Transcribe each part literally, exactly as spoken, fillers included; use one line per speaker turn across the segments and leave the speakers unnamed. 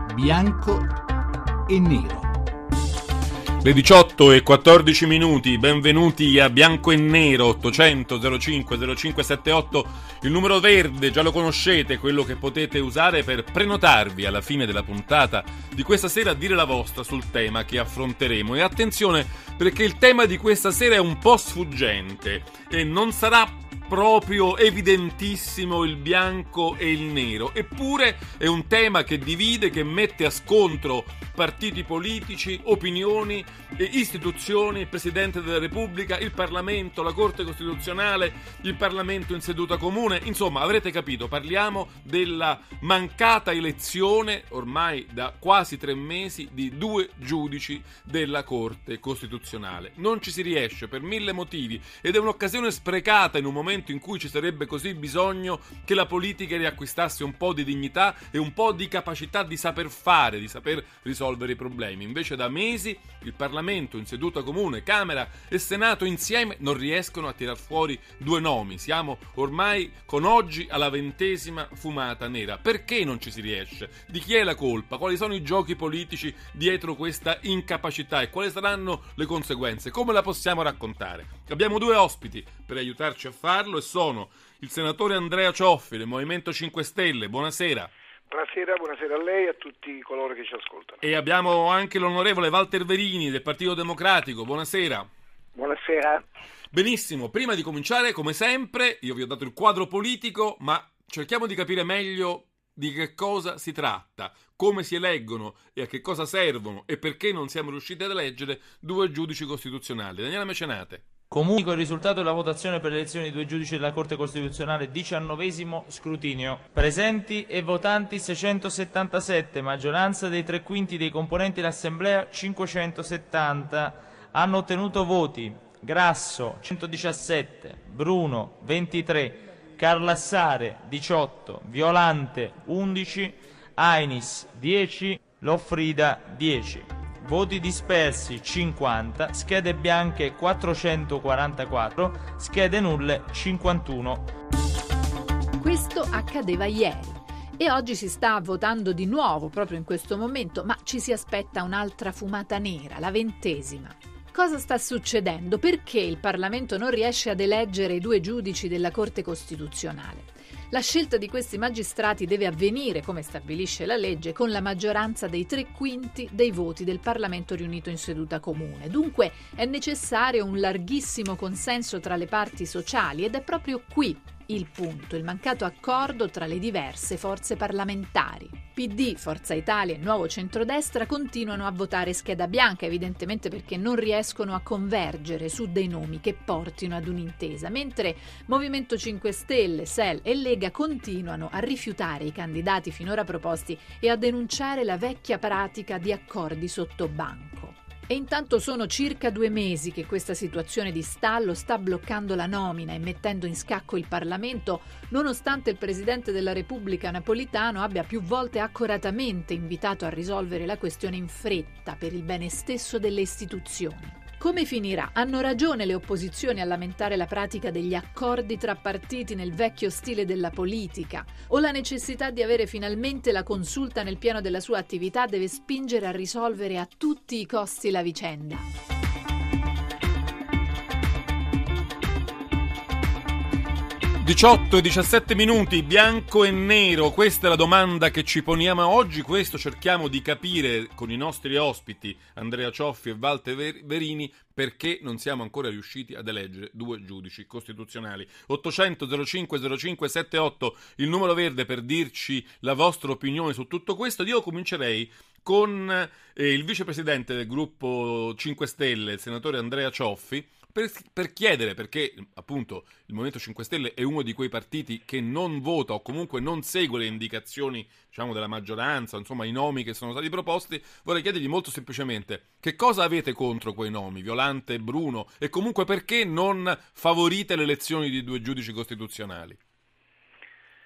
Bianco e nero.
Le diciotto e quattordici minuti, benvenuti a Bianco e Nero. Ottocento zero cinque zero cinque settantotto, il numero verde, già lo conoscete, quello che potete usare per prenotarvi alla fine della puntata di questa sera a dire la vostra sul tema che affronteremo. E attenzione, perché il tema di questa sera è un po' sfuggente e non sarà proprio evidentissimo il bianco e il nero, eppure è un tema che divide, che mette a scontro partiti politici, opinioni e istituzioni, il Presidente della Repubblica, il Parlamento, la Corte Costituzionale, il Parlamento in seduta comune. Insomma, avrete capito, parliamo della mancata elezione, ormai da quasi tre mesi, di due giudici della Corte Costituzionale. Non ci si riesce per mille motivi ed è un'occasione sprecata in un momento in cui ci sarebbe così bisogno che la politica riacquistasse un po' di dignità e un po' di capacità di saper fare, di saper risolvere i problemi. Invece da mesi il Parlamento in seduta comune, Camera e Senato insieme non riescono a tirar fuori due nomi. Siamo ormai con oggi alla ventesima fumata nera. Perché non ci si riesce? Di chi è la colpa? Quali sono i giochi politici dietro questa incapacità e quali saranno le conseguenze? Come la possiamo raccontare? Abbiamo due ospiti per aiutarci a farlo e sono il senatore Andrea Cioffi del Movimento cinque Stelle. Buonasera.
Buonasera, buonasera a lei e a tutti coloro che ci ascoltano.
E abbiamo anche l'onorevole Walter Verini del Partito Democratico. Buonasera.
Buonasera.
Benissimo, prima di cominciare, come sempre, io vi ho dato il quadro politico, ma cerchiamo di capire meglio di che cosa si tratta, come si eleggono e a che cosa servono e perché non siamo riusciti ad eleggere due giudici costituzionali. Daniela Mecenate.
Comunico il risultato della votazione per l'elezione di due giudici della Corte Costituzionale, diciannovesimo scrutinio. Presenti e votanti seicentosettantasette, maggioranza dei tre quinti dei componenti dell'Assemblea cinquecentosettanta. Hanno ottenuto voti: Grasso centodiciassette, Bruno ventitré, Carlassare diciotto, Violante undici, Ainis dieci, Loffrida dieci. Voti dispersi cinquanta, schede bianche quattrocentoquarantaquattro, schede nulle cinquantuno.
Questo accadeva ieri e oggi si sta votando di nuovo proprio in questo momento, ma ci si aspetta un'altra fumata nera, la ventesima. Cosa sta succedendo? Perché il Parlamento non riesce ad eleggere i due giudici della Corte Costituzionale? La scelta di questi magistrati deve avvenire, come stabilisce la legge, con la maggioranza dei tre quinti dei voti del Parlamento riunito in seduta comune. Dunque è necessario un larghissimo consenso tra le parti sociali ed è proprio qui il punto, il mancato accordo tra le diverse forze parlamentari. P D, Forza Italia e Nuovo Centrodestra continuano a votare scheda bianca, evidentemente perché non riescono a convergere su dei nomi che portino ad un'intesa, mentre Movimento cinque Stelle, S E L e Lega continuano a rifiutare i candidati finora proposti e a denunciare la vecchia pratica di accordi sotto banco. E intanto sono circa due mesi che questa situazione di stallo sta bloccando la nomina e mettendo in scacco il Parlamento, nonostante il Presidente della Repubblica Napolitano abbia più volte accuratamente invitato a risolvere la questione in fretta per il bene stesso delle istituzioni. Come finirà? Hanno ragione le opposizioni a lamentare la pratica degli accordi tra partiti nel vecchio stile della politica? O la necessità di avere finalmente la consulta nel pieno della sua attività deve spingere a risolvere a tutti i costi la vicenda?
diciotto e diciassette minuti, bianco e nero, questa è la domanda che ci poniamo oggi, questo cerchiamo di capire con i nostri ospiti Andrea Cioffi e Walter Verini, perché non siamo ancora riusciti ad eleggere due giudici costituzionali. Ottocento zero cinque zero cinque settantotto, il numero verde per dirci la vostra opinione su tutto questo. Io comincerei con eh, il vicepresidente del gruppo cinque Stelle, il senatore Andrea Cioffi, Per, per chiedere, perché appunto il Movimento cinque Stelle è uno di quei partiti che non vota o comunque non segue le indicazioni, diciamo, della maggioranza, insomma i nomi che sono stati proposti. Vorrei chiedergli molto semplicemente che cosa avete contro quei nomi, Violante e Bruno, e comunque perché non favorite le elezioni di due giudici costituzionali?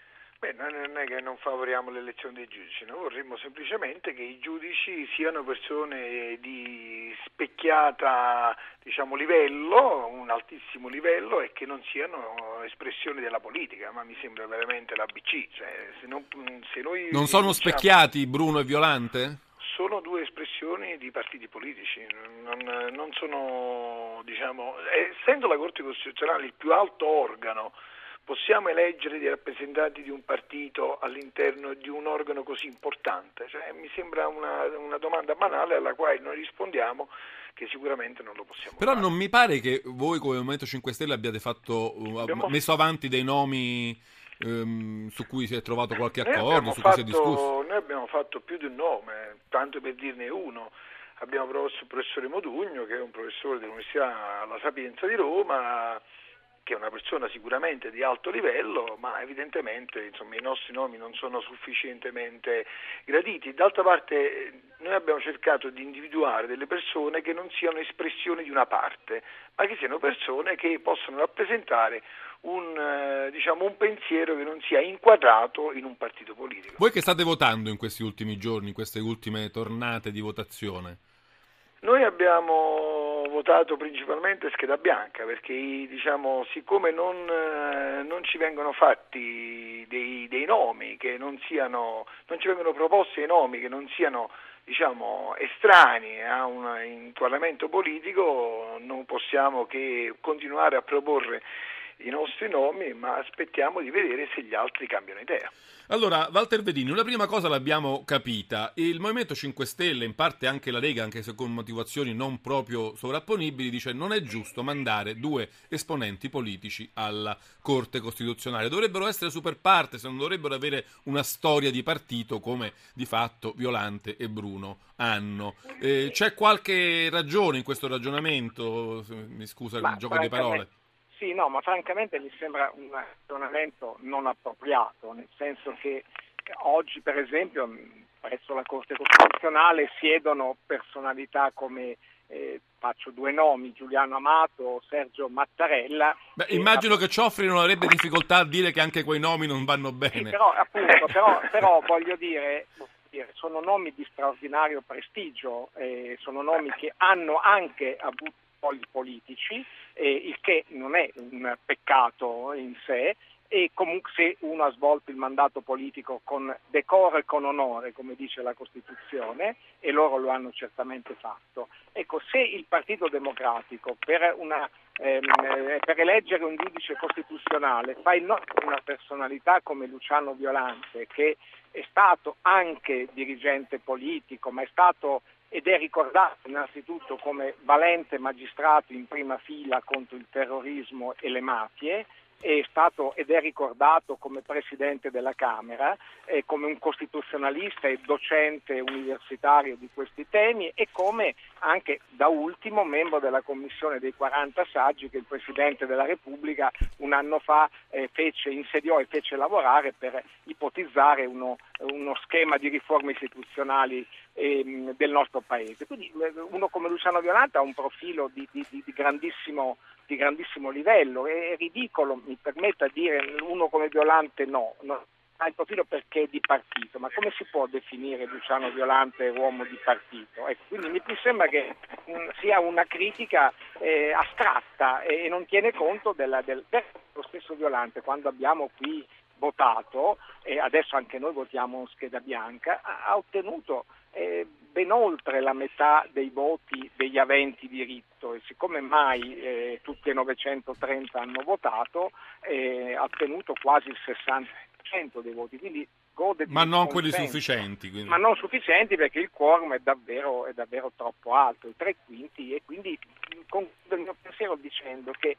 Beh, noi non è che non favoriamo l'elezione dei giudici, noi vorremmo semplicemente che i giudici siano persone di specchiata, diciamo, livello, un altissimo livello, e che non siano espressioni della politica, ma mi sembra veramente l'A B C. Cioè, se non, se noi
non sono
diciamo,
specchiati Bruno e Violante?
sono due espressioni di partiti politici, non, non sono, diciamo, essendo la Corte Costituzionale il più alto organo, possiamo eleggere dei rappresentanti di un partito all'interno di un organo così importante? Cioè, mi sembra una, una domanda banale alla quale noi rispondiamo che sicuramente non lo possiamo
Però
fare.
non mi pare che voi come Movimento cinque Stelle abbiate fatto
Abbiamo...
messo avanti dei nomi ehm, su cui si è trovato qualche
Noi
accordo, su
fatto,
cui si è discusso.
Noi abbiamo fatto più di un nome, tanto per dirne uno. Abbiamo proposto il professore Modugno, che è un professore dell'Università La Sapienza di Roma, che è una persona sicuramente di alto livello, ma evidentemente insomma, i nostri nomi non sono sufficientemente graditi. D'altra parte noi abbiamo cercato di individuare delle persone che non siano espressioni di una parte, ma che siano persone che possono rappresentare un, eh, diciamo, un pensiero che non sia inquadrato in un partito politico.
Voi che state votando in questi ultimi giorni, in queste ultime tornate di votazione?
Noi abbiamo votato principalmente scheda bianca perché, diciamo, siccome non, eh, non ci vengono fatti dei, dei nomi che non siano, non ci vengono proposti dei nomi che non siano, diciamo, estranei a un inquadramento politico, non possiamo che continuare a proporre i nostri nomi, ma aspettiamo di vedere se gli altri cambiano idea.
Allora, Walter Vedini, una prima cosa l'abbiamo capita. Il Movimento cinque Stelle, in parte anche la Lega, anche se con motivazioni non proprio sovrapponibili, dice non è giusto mandare due esponenti politici alla Corte Costituzionale. Dovrebbero essere super partes, non dovrebbero avere una storia di partito come di fatto Violante e Bruno hanno. Eh, c'è qualche ragione in questo ragionamento? Mi scusa
Ma
il gioco di parole.
Sì, no, ma francamente mi sembra un ragionamento non appropriato, nel senso che oggi, per esempio, presso la Corte Costituzionale siedono personalità come, eh, faccio due nomi, Giuliano Amato, Sergio Mattarella.
Beh, immagino che Cioffi non avrebbe difficoltà a dire che anche quei nomi non vanno bene.
Sì, però, appunto, però, però voglio dire... sono nomi di straordinario prestigio, eh, sono nomi che hanno anche avuto poi politici, eh, il che non è un peccato in sé, e comunque se uno ha svolto il mandato politico con decoro e con onore, come dice la Costituzione, e loro lo hanno certamente fatto. Ecco, se il Partito Democratico per, una, ehm, per eleggere un giudice costituzionale fa il nome di una personalità come Luciano Violante, che è stato anche dirigente politico, ma è stato ed è ricordato innanzitutto come valente magistrato in prima fila contro il terrorismo e le mafie, è stato ed è ricordato come presidente della Camera, eh, come un costituzionalista e docente universitario di questi temi, e come anche da ultimo membro della commissione dei quaranta saggi che il Presidente della Repubblica un anno fa eh, fece, insediò e fece lavorare per ipotizzare uno, uno schema di riforme istituzionali eh, del nostro Paese. Quindi uno come Luciano Violante ha un profilo di, di, di grandissimo di grandissimo livello. È ridicolo, mi permetta di dire, uno come Violante no, no, ha il profilo perché è di partito, ma come si può definire Luciano Violante uomo di partito? Ecco, quindi mi, mi sembra che mh, sia una critica eh, astratta e non tiene conto della, del, dello stesso Violante. Quando abbiamo qui votato, e adesso anche noi votiamo scheda bianca, ha, ha ottenuto eh, ben oltre la metà dei voti degli aventi diritto, e siccome mai eh, tutti e novecentotrenta hanno votato, eh, ha ottenuto quasi il sessanta per cento dei voti, quindi gode di
ma non
consenso.
quelli sufficienti. Quindi.
Ma non sufficienti, perché il quorum è davvero, è davvero troppo alto, i tre quinti, e quindi concludo il mio pensiero dicendo che,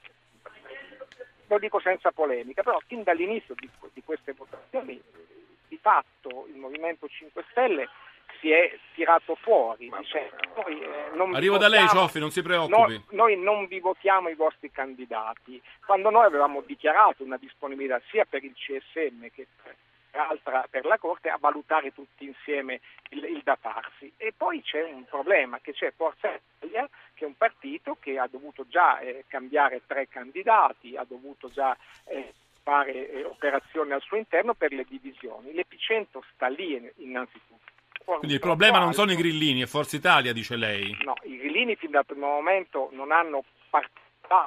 lo dico senza polemica, però fin dall'inizio di, di queste votazioni di fatto il Movimento cinque Stelle si è tirato fuori. Cioè, noi, eh, non
Arrivo da lei, Cioffi, non si preoccupi.
Noi, noi non vi votiamo i vostri candidati, quando noi avevamo dichiarato una disponibilità sia per il C S M che per, altra, per la Corte a valutare tutti insieme il, il da farsi. E poi c'è un problema, che c'è Forza Italia, che è un partito che ha dovuto già eh, cambiare tre candidati, ha dovuto già eh, fare eh, operazioni al suo interno per le divisioni. L'epicentro sta lì innanzitutto.
Quindi il problema non sono i grillini, è Forza Italia, dice lei?
No, i grillini fin dal primo momento non hanno partecipato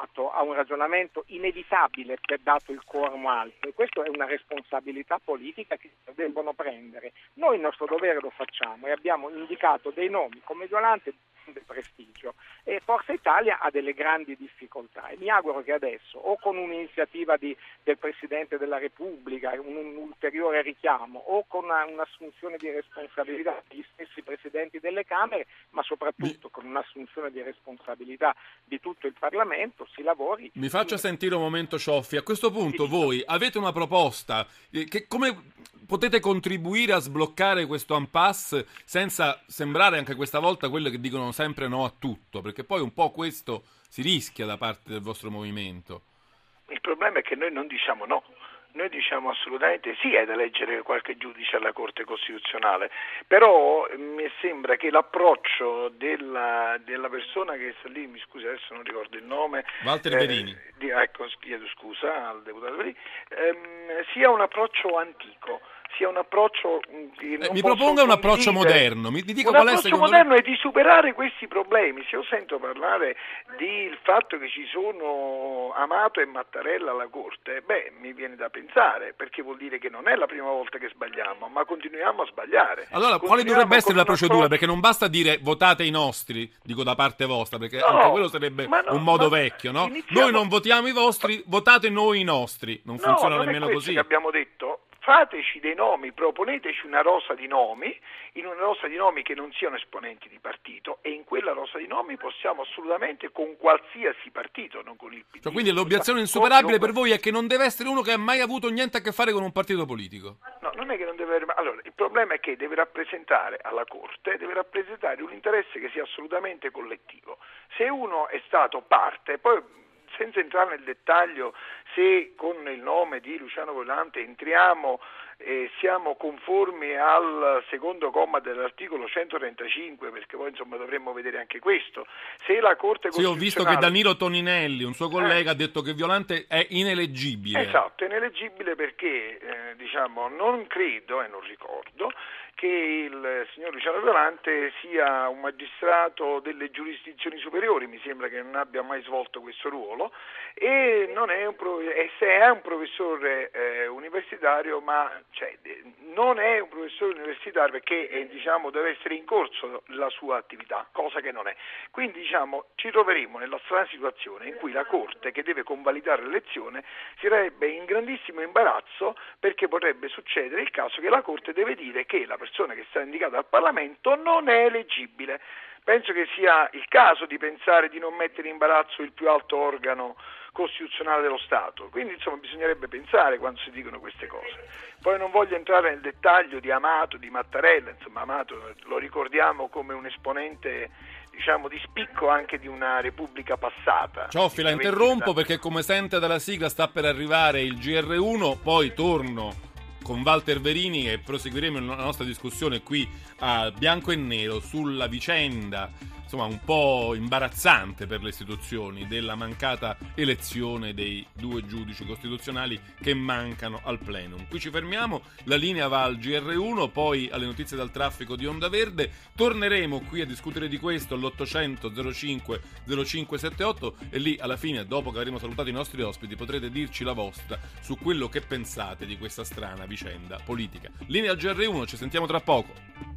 a un ragionamento inevitabile per dato il quorum alto, e questa è una responsabilità politica che debbono prendere. Noi il nostro dovere lo facciamo e abbiamo indicato dei nomi come Violante di prestigio, e Forza Italia ha delle grandi difficoltà, e mi auguro che adesso, o con un'iniziativa di, del Presidente della Repubblica, un, un ulteriore richiamo, o con una, un'assunzione di responsabilità degli stessi Presidenti delle Camere, ma soprattutto con un'assunzione di responsabilità di tutto il Parlamento, si lavori.
Mi faccia sentire un momento, Cioffi. A questo punto voi avete una proposta, eh, che come potete contribuire a sbloccare questo impasse senza sembrare anche questa volta quelli che dicono sempre no a tutto, perché poi un po' questo si rischia da parte del vostro movimento.
Il problema è che noi non diciamo no. Noi diciamo assolutamente sì ad eleggere qualche giudice alla Corte Costituzionale, però mi sembra che l'approccio della, della persona che sta lì, mi scusi adesso non ricordo il nome,
Walter Verini,
eh, di, ecco, chiedo scusa al deputato Verini, ehm, sia un approccio antico, sia un approccio che non
eh, mi proponga un approccio moderno, mi, mi dica
un
qual è
approccio
secondo
moderno
me...
è di superare questi problemi. Se io sento parlare del fatto che ci sono Amato e Mattarella alla Corte, beh, mi viene da pensare, perché vuol dire che non è la prima volta che sbagliamo, ma continuiamo a sbagliare.
Allora, quale dovrebbe essere la procedura? Perché non basta dire votate i nostri, dico da parte vostra, perché
no,
anche quello sarebbe
no,
un modo
ma
vecchio, no?
iniziamo...
Noi non votiamo i vostri, votate noi i nostri. Non
no,
funziona
non
nemmeno
è questo
così.
Che abbiamo detto. Fateci dei nomi, proponeteci una rosa di nomi, in una rosa di nomi che non siano esponenti di partito, e in quella rosa di nomi possiamo assolutamente con qualsiasi partito, non con il P D.
Cioè, quindi l'obiezione insuperabile per voi è che non deve essere uno che ha mai avuto niente a che fare con un partito politico.
No, non è che non deve avere... Allora, il problema è che deve rappresentare alla Corte, deve rappresentare un interesse che sia assolutamente collettivo. Se uno è stato parte, poi senza entrare nel dettaglio se con il nome di Luciano Violante entriamo e siamo conformi al secondo comma dell'articolo centotrentacinque, perché poi insomma dovremmo vedere anche questo. Se la Corte Costituzionale...
Sì, ho visto che Danilo Toninelli, un suo collega, eh. ha detto che Violante è ineleggibile.
Esatto, è ineleggibile perché eh, diciamo non credo e non ricordo che il signor Luciano Violante sia un magistrato delle giurisdizioni superiori, mi sembra che non abbia mai svolto questo ruolo, e non è un pro- e se è un professore eh, universitario, ma cioè, non è un professore universitario perché eh, diciamo deve essere in corso la sua attività, cosa che non è. Quindi diciamo ci troveremo nella strana situazione in cui la Corte, che deve convalidare l'elezione, si sarebbe in grandissimo imbarazzo, perché potrebbe succedere il caso che la Corte deve dire che la persona che sta indicata al Parlamento non è eleggibile. Penso che sia il caso di pensare di non mettere in imbarazzo il più alto organo costituzionale dello Stato. Quindi insomma bisognerebbe pensare quando si dicono queste cose. Poi non voglio entrare nel dettaglio di Amato, di Mattarella, insomma Amato lo ricordiamo come un esponente diciamo di spicco anche di una repubblica passata.
Cioffi, la interrompo perché come sente dalla sigla sta per arrivare il G R uno, poi torno con Walter Verini e proseguiremo la nostra discussione qui a Bianco e Nero sulla vicenda, insomma un po' imbarazzante per le istituzioni, della mancata elezione dei due giudici costituzionali che mancano al plenum. Qui ci fermiamo, la linea va al G R uno, poi alle notizie dal traffico di Onda Verde. Torneremo qui a discutere di questo all'ottocento zero cinque zero cinque sette otto e lì alla fine, dopo che avremo salutato i nostri ospiti, potrete dirci la vostra su quello che pensate di questa strana vicenda politica. Linea al G R uno, ci sentiamo tra poco.